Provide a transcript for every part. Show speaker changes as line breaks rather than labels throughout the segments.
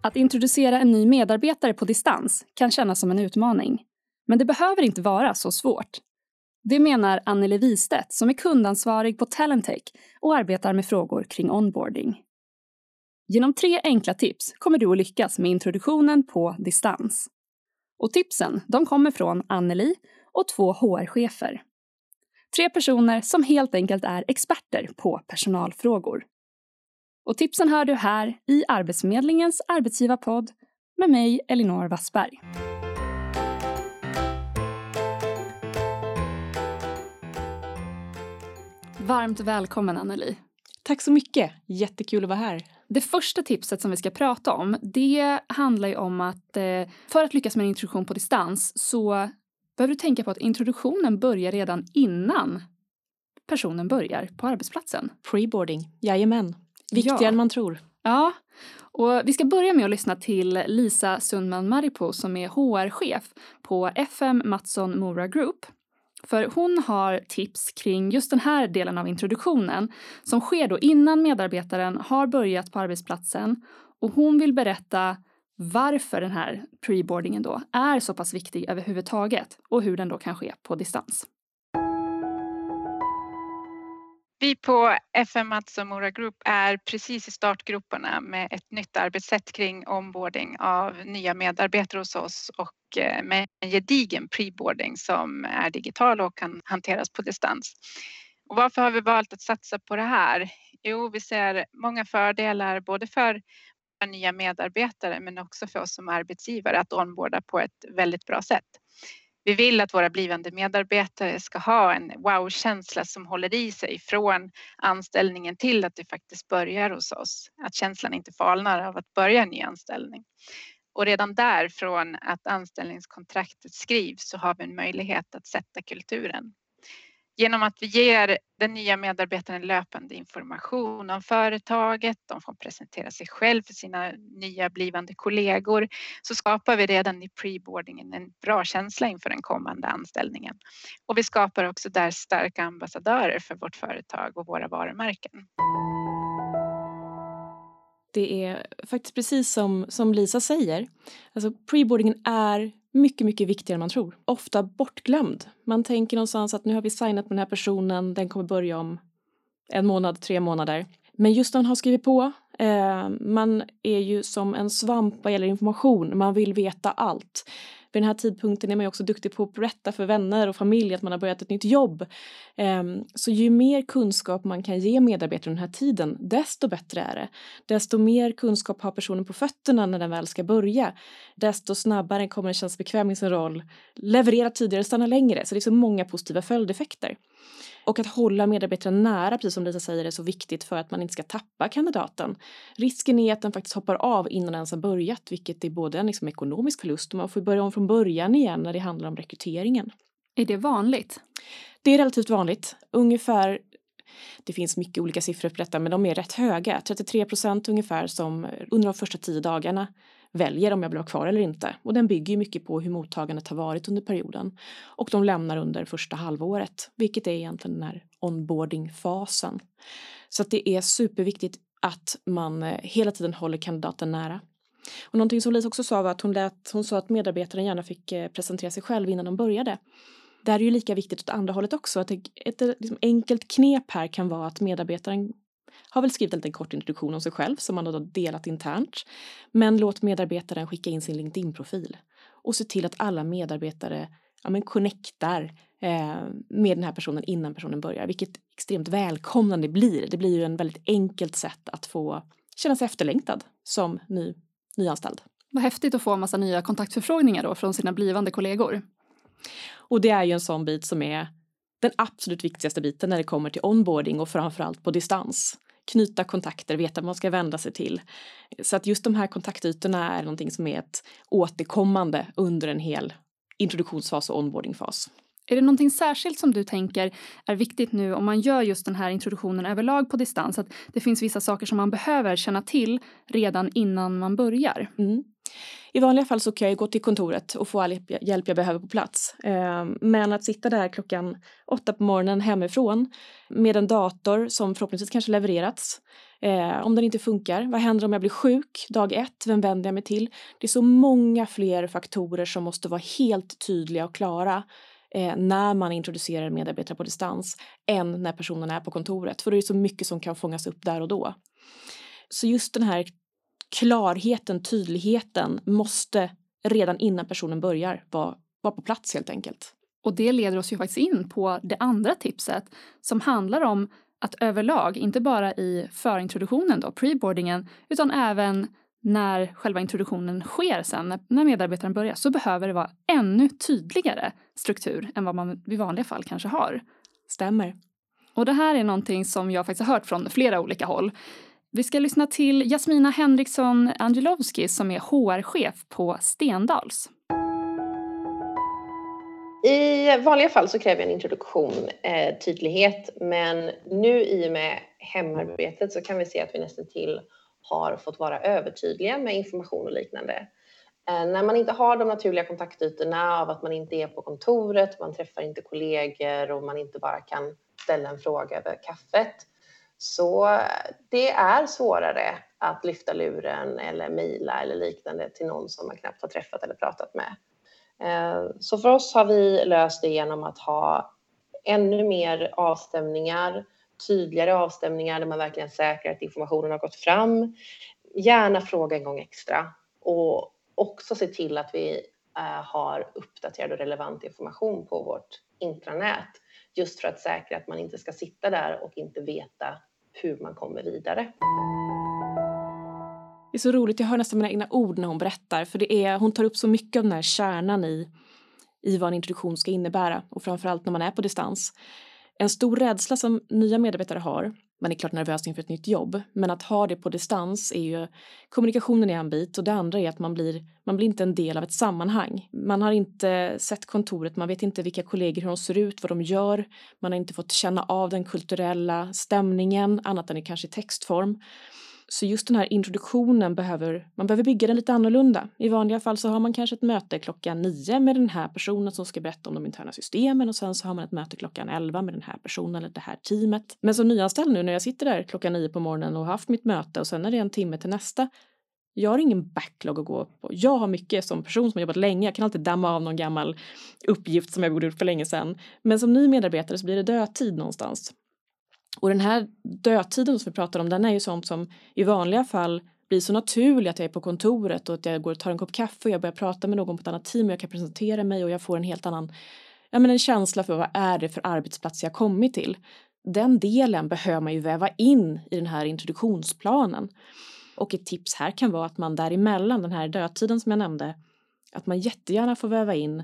Att introducera en ny medarbetare på distans kan kännas som en utmaning. Men det behöver inte vara så svårt. Det menar Anneli Wistedt som är kundansvarig på Talentech och arbetar med frågor kring onboarding. Genom 3 enkla tips kommer du att lyckas med introduktionen på distans. Och tipsen, de kommer från Anneli och 2 HR-chefer. 3 personer som helt enkelt är experter på personalfrågor. Och tipsen hör du här i Arbetsförmedlingens arbetsgivarpodd med mig, Elinor Wassberg. Varmt välkommen Anneli.
Tack så mycket, jättekul att vara här.
Det första tipset som vi ska prata om, det handlar ju om att för att lyckas med en introduktion på distans så behöver du tänka på att introduktionen börjar redan innan personen börjar på arbetsplatsen.
Preboarding, jajamän. Viktigare än man tror.
Ja, och vi ska börja med att lyssna till Lisa Sundman Maripo som är HR-chef på FM Mattsson Mora Group. För hon har tips kring just den här delen av introduktionen som sker då innan medarbetaren har börjat på arbetsplatsen. Och hon vill berätta varför den här preboardingen då är så pass viktig överhuvudtaget och hur den då kan ske på distans.
Vi på FM Mattsson Mora Group är precis i startgroparna med ett nytt arbetssätt kring onboarding av nya medarbetare hos oss och med en gedigen preboarding som är digital och kan hanteras på distans. Och varför har vi valt att satsa på det här? Jo, vi ser många fördelar både för nya medarbetare men också för oss som arbetsgivare att onboarda på ett väldigt bra sätt. Vi vill att våra blivande medarbetare ska ha en wow-känsla som håller i sig från anställningen till att det faktiskt börjar hos oss. Att känslan inte falnar av att börja en ny anställning. Och redan där från att anställningskontraktet skrivs så har vi en möjlighet att sätta kulturen. Genom att vi ger den nya medarbetaren löpande information om företaget, de får presentera sig själv för sina nya blivande kollegor, så skapar vi redan i preboardingen en bra känsla inför den kommande anställningen. Och vi skapar också där starka ambassadörer för vårt företag och våra varumärken.
Det är faktiskt precis som Lisa säger. Alltså preboardingen är mycket viktigare än man tror. Ofta bortglömd. Man tänker någonstans att nu har vi signat med den här personen. Den kommer börja om 1 månad, 3 månader. Men just när man har skrivit på. Man är ju som en svamp vad gäller information. Man vill veta allt. Vid den här tidpunkten är man ju också duktig på att berätta för vänner och familj att man har börjat ett nytt jobb. Så ju mer kunskap man kan ge medarbetare den här tiden, desto bättre är det. Desto mer kunskap har personen på fötterna när den väl ska börja. Desto snabbare kommer den kännas bekväm i sin roll. Leverera tidigare, stanna längre. Så det är så många positiva följdeffekter. Och att hålla medarbetaren nära, precis som Lisa säger, är så viktigt för att man inte ska tappa kandidaten. Risken är att den faktiskt hoppar av innan den ens har börjat, vilket är både en ekonomisk förlust och man får börja om från början igen när det handlar om rekryteringen.
Är det vanligt?
Det är relativt vanligt. Ungefär, det finns mycket olika siffror för detta, men de är rätt höga. 33% ungefär som under de första 10 dagarna väljer om jag vill vara kvar eller inte. Och den bygger ju mycket på hur mottagandet har varit under perioden. Och de lämnar under första halvåret, vilket är egentligen den här onboarding-fasen. Så att det är superviktigt att man hela tiden håller kandidaten nära. Och någonting som Lisa också sa var att hon sa att medarbetaren gärna fick presentera sig själv innan de började. Det här är ju lika viktigt åt andra hållet också. Att ett enkelt knep här kan vara att medarbetaren har väl skrivit en liten kort introduktion om sig själv som man har delat internt. Men låt medarbetaren skicka in sin LinkedIn-profil. Och se till att alla medarbetare connectar med den här personen innan personen börjar. Vilket extremt välkomnande blir. Det blir ju en väldigt enkelt sätt att få känna sig efterlängtad som nyanställd.
Vad häftigt att få en massa nya kontaktförfrågningar då från sina blivande kollegor.
Och det är ju en sån bit som är den absolut viktigaste biten när det kommer till onboarding och framförallt på distans. Knyta kontakter, veta vad man ska vända sig till. Så att just de här kontaktytorna är någonting som är ett återkommande under en hel introduktionsfas och onboardingfas.
Är det någonting särskilt som du tänker är viktigt nu om man gör just den här introduktionen överlag på distans? Att det finns vissa saker som man behöver känna till redan innan man börjar?
I vanliga fall så kan jag gå till kontoret och få all hjälp jag behöver på plats. Men att sitta där klockan 8 på morgonen hemifrån med en dator som förhoppningsvis kanske levererats. Om den inte funkar, vad händer om jag blir sjuk dag 1? Vem vänder jag mig till? Det är så många fler faktorer som måste vara helt tydliga och klara när man introducerar medarbetare på distans än när personen är på kontoret. För det är så mycket som kan fångas upp där och då. Så just den här klarheten, tydligheten måste redan innan personen börjar vara på plats helt enkelt.
Och det leder oss ju faktiskt in på det andra tipset som handlar om att överlag, inte bara i förintroduktionen då, preboardingen, utan även när själva introduktionen sker sen, när medarbetaren börjar, så behöver det vara ännu tydligare struktur än vad man i vanliga fall kanske har.
Stämmer.
Och det här är någonting som jag faktiskt har hört från flera olika håll. Vi ska lyssna till Jasmina Henriksson Angelovski som är HR-chef på Stendals.
I vanliga fall så kräver en introduktion tydlighet, men nu i och med hemarbetet så kan vi se att vi nästan till har fått vara övertydliga med information och liknande. När man inte har de naturliga kontaktytorna av att man inte är på kontoret, man träffar inte kollegor och man inte bara kan ställa en fråga över kaffet. Så det är svårare att lyfta luren eller mejla eller liknande till någon som man knappt har träffat eller pratat med. Så för oss har vi löst det genom att ha ännu mer avstämningar, tydligare avstämningar där man verkligen säkrar att informationen har gått fram. Gärna fråga en gång extra och också se till att vi har uppdaterad och relevant information på vårt intranät. Just för att säkra att man inte ska sitta där och inte veta hur man kommer vidare.
Det är så roligt, jag hör nästan mina egna ord när hon berättar. För hon tar upp så mycket av den här kärnan i vad en introduktion ska innebära. Och framförallt när man är på distans. En stor rädsla som nya medarbetare har, man är klart nervös inför ett nytt jobb, men att ha det på distans är ju, kommunikationen är en bit och det andra är att man blir inte en del av ett sammanhang. Man har inte sett kontoret, man vet inte vilka kollegor, hur de ser ut, vad de gör, man har inte fått känna av den kulturella stämningen annat än kanske i textform. Så just den här introduktionen man behöver bygga den lite annorlunda. I vanliga fall så har man kanske ett möte klockan 9 med den här personen som ska berätta om de interna systemen. Och sen så har man ett möte klockan 11 med den här personen eller det här teamet. Men som nyanställd nu när jag sitter där klockan 9 på morgonen och har haft mitt möte och sen är det en timme till nästa. Jag har ingen backlog att gå på. Jag har mycket som person som har jobbat länge. Jag kan alltid damma av någon gammal uppgift som jag borde gjort för länge sedan. Men som ny medarbetare så blir det dödtid någonstans. Och den här dödtiden som vi pratar om, den är ju sånt som i vanliga fall blir så naturligt att jag är på kontoret och att jag går och tar en kopp kaffe och jag börjar prata med någon på ett annat team och jag kan presentera mig och jag får en helt annan, en känsla för vad är det för arbetsplats jag kommit till. Den delen behöver man ju väva in i den här introduktionsplanen. Och ett tips här kan vara att man däremellan, den här dödtiden som jag nämnde, att man jättegärna får väva in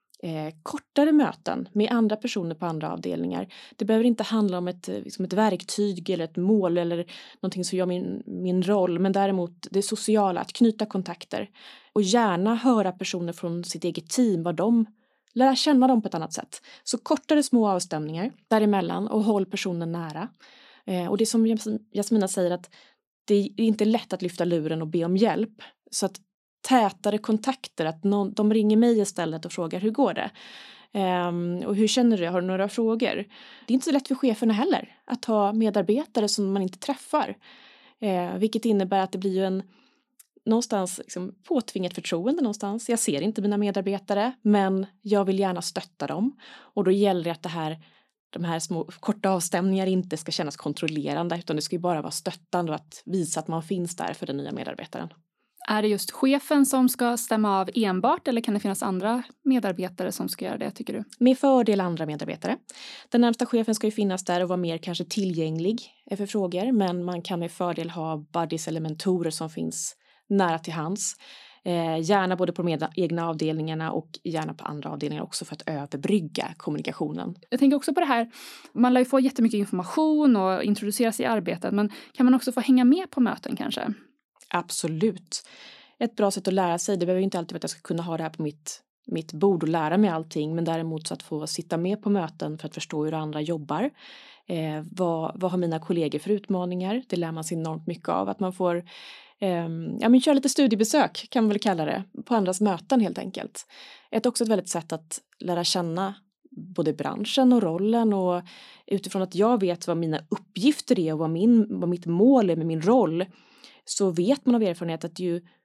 kortare möten med andra personer på andra avdelningar. Det behöver inte handla om ett verktyg eller ett mål eller någonting som gör min roll, men däremot det sociala, att knyta kontakter och gärna höra personer från sitt eget team, lära känna dem på ett annat sätt. Så kortare små avstämningar däremellan och håll personen nära. Och det som Jasmina säger, att det är inte lätt att lyfta luren och be om hjälp, så att tätare kontakter, att de ringer mig istället och frågar hur går det? Och hur känner du? Har du några frågor? Det är inte så lätt för cheferna heller att ha medarbetare som man inte träffar. Vilket innebär att det blir ju någonstans påtvingat förtroende någonstans. Jag ser inte mina medarbetare, men jag vill gärna stötta dem. Och då gäller det att de här små korta avstämningar inte ska kännas kontrollerande, utan det ska ju bara vara stöttande och att visa att man finns där för den nya medarbetaren.
Är det just chefen som ska stämma av enbart eller kan det finnas andra medarbetare som ska göra det, tycker du?
Med fördel andra medarbetare. Den närmsta chefen ska ju finnas där och vara mer kanske tillgänglig för frågor, men man kan med fördel ha buddies eller mentorer som finns nära till hands. Gärna både på de egna avdelningarna och gärna på andra avdelningar också för att överbrygga kommunikationen.
Jag tänker också på det här, man lär ju få jättemycket information och introduceras i arbetet, men kan man också få hänga med på möten kanske?
Absolut. Ett bra sätt att lära sig, det behöver inte alltid vara att jag ska kunna ha det här på mitt bord och lära mig allting, men däremot så att få sitta med på möten för att förstå hur andra jobbar. Vad har mina kollegor för utmaningar? Det lär man sig enormt mycket av, att man får men köra lite studiebesök kan man väl kalla det, på andras möten helt enkelt. Också ett väldigt sätt att lära känna både branschen och rollen, och utifrån att jag vet vad mina uppgifter är och vad mitt mål är med min roll, så vet man av erfarenhet att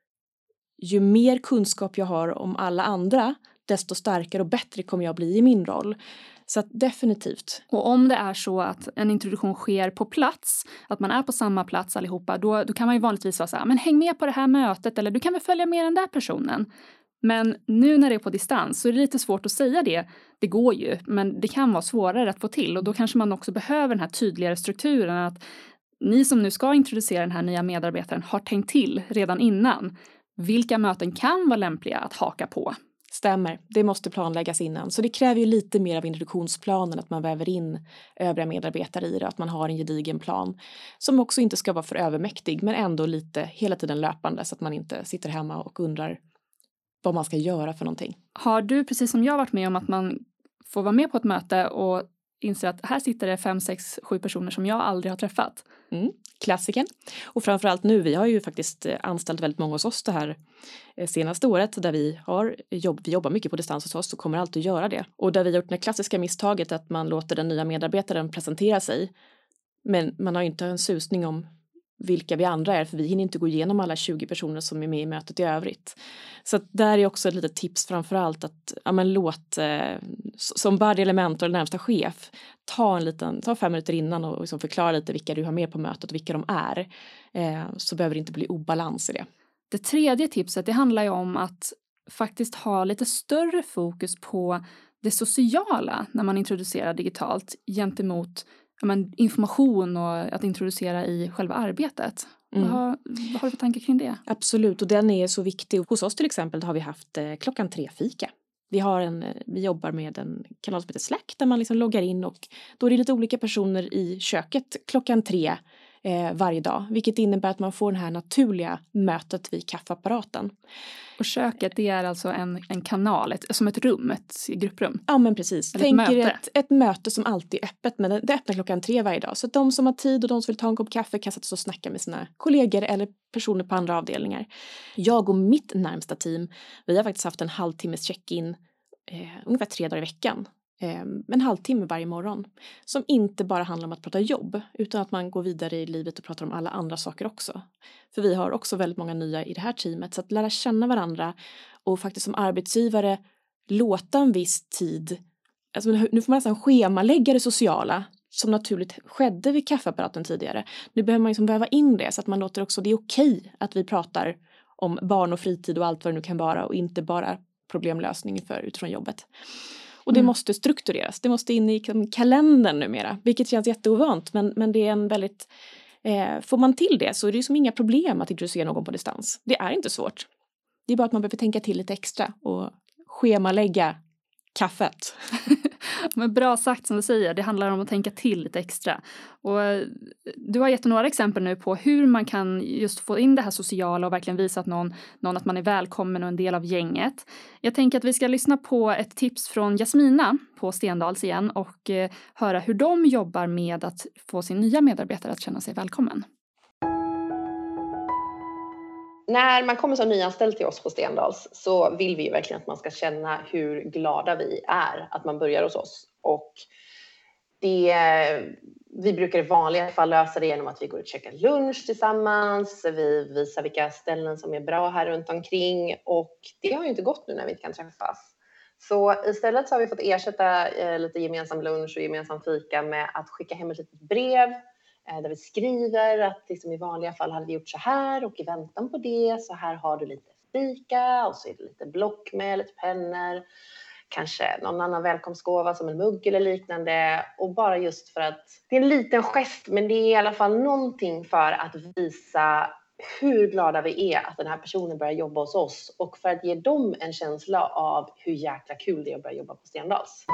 ju mer kunskap jag har om alla andra, desto starkare och bättre kommer jag bli i min roll. Så att definitivt.
Och om det är så att en introduktion sker på plats, att man är på samma plats allihopa, då kan man ju vanligtvis vara så här, men häng med på det här mötet, eller du kan väl följa med den där personen. Men nu när det är på distans så är det lite svårt att säga det. Det går ju, men det kan vara svårare att få till. Och då kanske man också behöver den här tydligare strukturen, att ni som nu ska introducera den här nya medarbetaren har tänkt till redan innan. Vilka möten kan vara lämpliga att haka på?
Stämmer, det måste planläggas innan. Så det kräver ju lite mer av introduktionsplanen, att man väver in övriga medarbetare i det, att man har en gedigen plan som också inte ska vara för övermäktig, men ändå lite hela tiden löpande, så att man inte sitter hemma och undrar vad man ska göra för någonting.
Har du, precis som jag, varit med om att man får vara med på ett möte och inser att här sitter det 5, 6, 7 personer som jag aldrig har träffat?
Klassiken. Och framförallt nu, vi har ju faktiskt anställt väldigt många hos oss det här senaste året, där vi jobbar mycket på distans hos oss och kommer alltid göra det. Och där vi har gjort det klassiska misstaget att man låter den nya medarbetaren presentera sig, men man har ju inte en susning om vilka vi andra är, för vi hinner inte gå igenom alla 20 personer som är med i mötet i övrigt. Så att där är också ett litet tips framförallt att låt som buddy eller mentor eller närmsta chef ta 5 minuter innan och liksom förklara lite vilka du har med på mötet och vilka de är. Så behöver det inte bli obalans i det.
Det tredje tipset, det handlar ju om att faktiskt ha lite större fokus på det sociala när man introducerar digitalt gentemot information och att introducera i själva arbetet. Vad har du för tankar kring det?
Absolut, och den är så viktig. Hos oss till exempel har vi haft 3:00-fika. Vi jobbar med en kanal som heter Slack, där man liksom loggar in, och då är det lite olika personer i köket 3:00 varje dag. Vilket innebär att man får det här naturliga mötet vid kaffeapparaten. Och
köket, det är alltså en kanal, som ett rum, ett grupprum?
Ja, men precis.
Tänk er
ett möte som alltid är öppet, men det öppnar 3:00 varje dag. Så att de som har tid och de som vill ta en kopp kaffe kan sätta sig och snacka med sina kollegor eller personer på andra avdelningar. Jag och mitt närmsta team, vi har faktiskt haft en halvtimmes check-in ungefär 3 dagar i veckan. En halvtimme varje morgon. Som inte bara handlar om att prata jobb, utan att man går vidare i livet och pratar om alla andra saker också. För vi har också väldigt många nya i det här teamet. Så att lära känna varandra och faktiskt som arbetsgivare låta en viss tid. Alltså nu får man nästan schemalägga det sociala, som naturligt skedde vid kaffeapparaten tidigare. Nu behöver man liksom väva in det, så att man låter också, det är okej att vi pratar om barn och fritid och allt vad det nu kan vara, och inte bara problemlösning utifrån jobbet. Och det måste struktureras. Det måste in i kalendern numera. Vilket känns jätteovant. Men det är en väldigt... får man till det så är det ju som inga problem att introducera någon på distans. Det är inte svårt. Det är bara att man behöver tänka till lite extra. Och schemalägga kaffet.
Men bra sagt som du säger. Det handlar om att tänka till lite extra. Och du har gett några exempel nu på hur man kan just få in det här sociala och verkligen visa att någon att man är välkommen och en del av gänget. Jag tänker att vi ska lyssna på ett tips från Jasmina på Stendals igen och höra hur de jobbar med att få sin nya medarbetare att känna sig välkommen.
När man kommer som nyanställd till oss på Stendals så vill vi ju verkligen att man ska känna hur glada vi är att man börjar hos oss. Och vi brukar i vanliga fall lösa det genom att vi går och käkar lunch tillsammans. Vi visar vilka ställen som är bra här runt omkring. Och det har ju inte gått nu när vi inte kan träffas. Så istället så har vi fått ersätta lite gemensam lunch och gemensam fika med att skicka hem ett litet brev. Där vi skriver att liksom i vanliga fall hade vi gjort så här, och i väntan på det så här har du lite fika, och så är det lite block med lite pennor, kanske någon annan välkomstgåva som en mugg eller liknande. Och bara just för att det är en liten gest, men det är i alla fall någonting för att visa hur glada vi är att den här personen börjar jobba hos oss, och för att ge dem en känsla av hur jäkla kul det är att börja jobba på Stendals.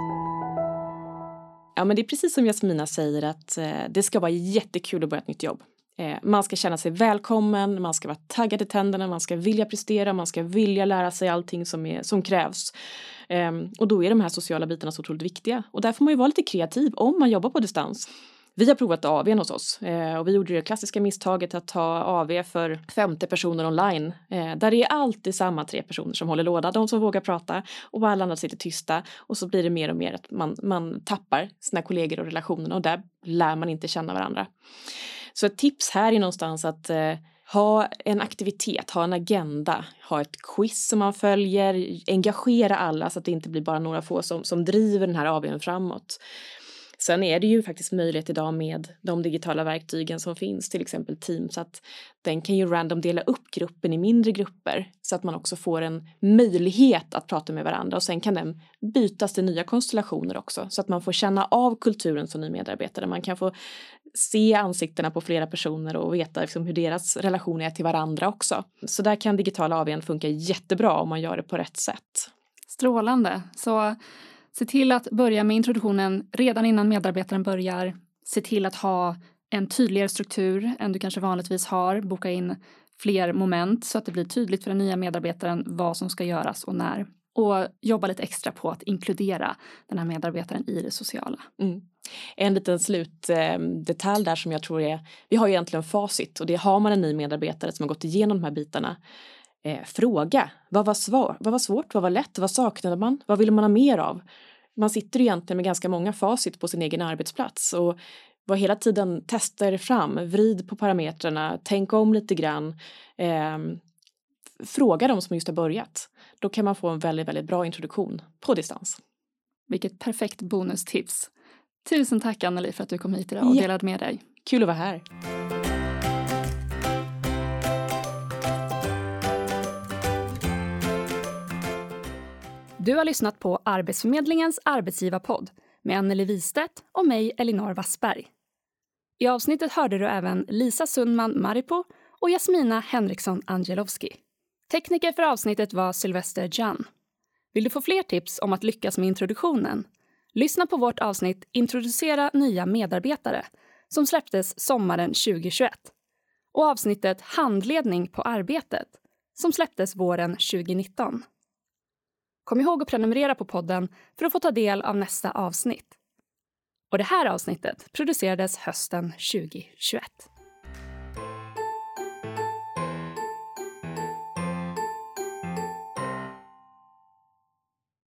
Ja, men det är precis som Jasmina säger, att det ska vara jättekul att börja ett nytt jobb. Man ska känna sig välkommen, man ska vara taggad i tänderna, man ska vilja prestera, man ska vilja lära sig allting som krävs. Och då är de här sociala bitarna så otroligt viktiga. Och där får man ju vara lite kreativ om man jobbar på distans. Vi har provat AW:n hos oss och vi gjorde det klassiska misstaget att ta AW för 50 personer online. Där det är alltid samma 3 personer som håller låda, de som vågar prata och alla andra sitter tysta. Och så blir det mer och mer att man tappar sina kollegor och relationerna och där lär man inte känna varandra. Så ett tips här är någonstans att ha en aktivitet, ha en agenda, ha ett quiz som man följer, engagera alla så att det inte blir bara några få som driver den här AW:n framåt. Sen är det ju faktiskt möjligt idag med de digitala verktygen som finns, till exempel Teams, att den kan ju random dela upp gruppen i mindre grupper så att man också får en möjlighet att prata med varandra och sen kan den bytas till nya konstellationer också så att man får känna av kulturen som ny medarbetare. Man kan få se ansiktena på flera personer och veta liksom hur deras relation är till varandra också. Så där kan digitala AW:n funka jättebra om man gör det på rätt sätt.
Strålande. Så se till att börja med introduktionen redan innan medarbetaren börjar. Se till att ha en tydligare struktur än du kanske vanligtvis har. Boka in fler moment så att det blir tydligt för den nya medarbetaren vad som ska göras och när. Och jobba lite extra på att inkludera den här medarbetaren i det sociala.
Mm. En liten slutdetalj där som jag tror är, vi har ju egentligen facit och det har man en ny medarbetare som har gått igenom de här bitarna. Fråga, vad var svårt, vad var lätt, vad saknade man, vad ville man ha mer av? Man sitter egentligen med ganska många facit på sin egen arbetsplats och var hela tiden testar fram, vrid på parametrarna, tänk om lite grann, fråga dem som just har börjat. Då kan man få en väldigt, väldigt bra introduktion på distans.
Vilket perfekt bonustips. Tusen tack Anneli för att du kom hit idag och delade med dig.
Kul att vara här.
Du har lyssnat på Arbetsförmedlingens arbetsgivarpodd med Anneli Wistedt och mig Elinor Wassberg. I avsnittet hörde du även Lisa Sundman Maripo och Jasmina Henriksson Angelovski. Tekniker för avsnittet var Sylvester Jan. Vill du få fler tips om att lyckas med introduktionen? Lyssna på vårt avsnitt Introducera nya medarbetare som släpptes sommaren 2021 och avsnittet Handledning på arbetet som släpptes våren 2019. Kom ihåg att prenumerera på podden för att få ta del av nästa avsnitt. Och det här avsnittet producerades hösten 2021.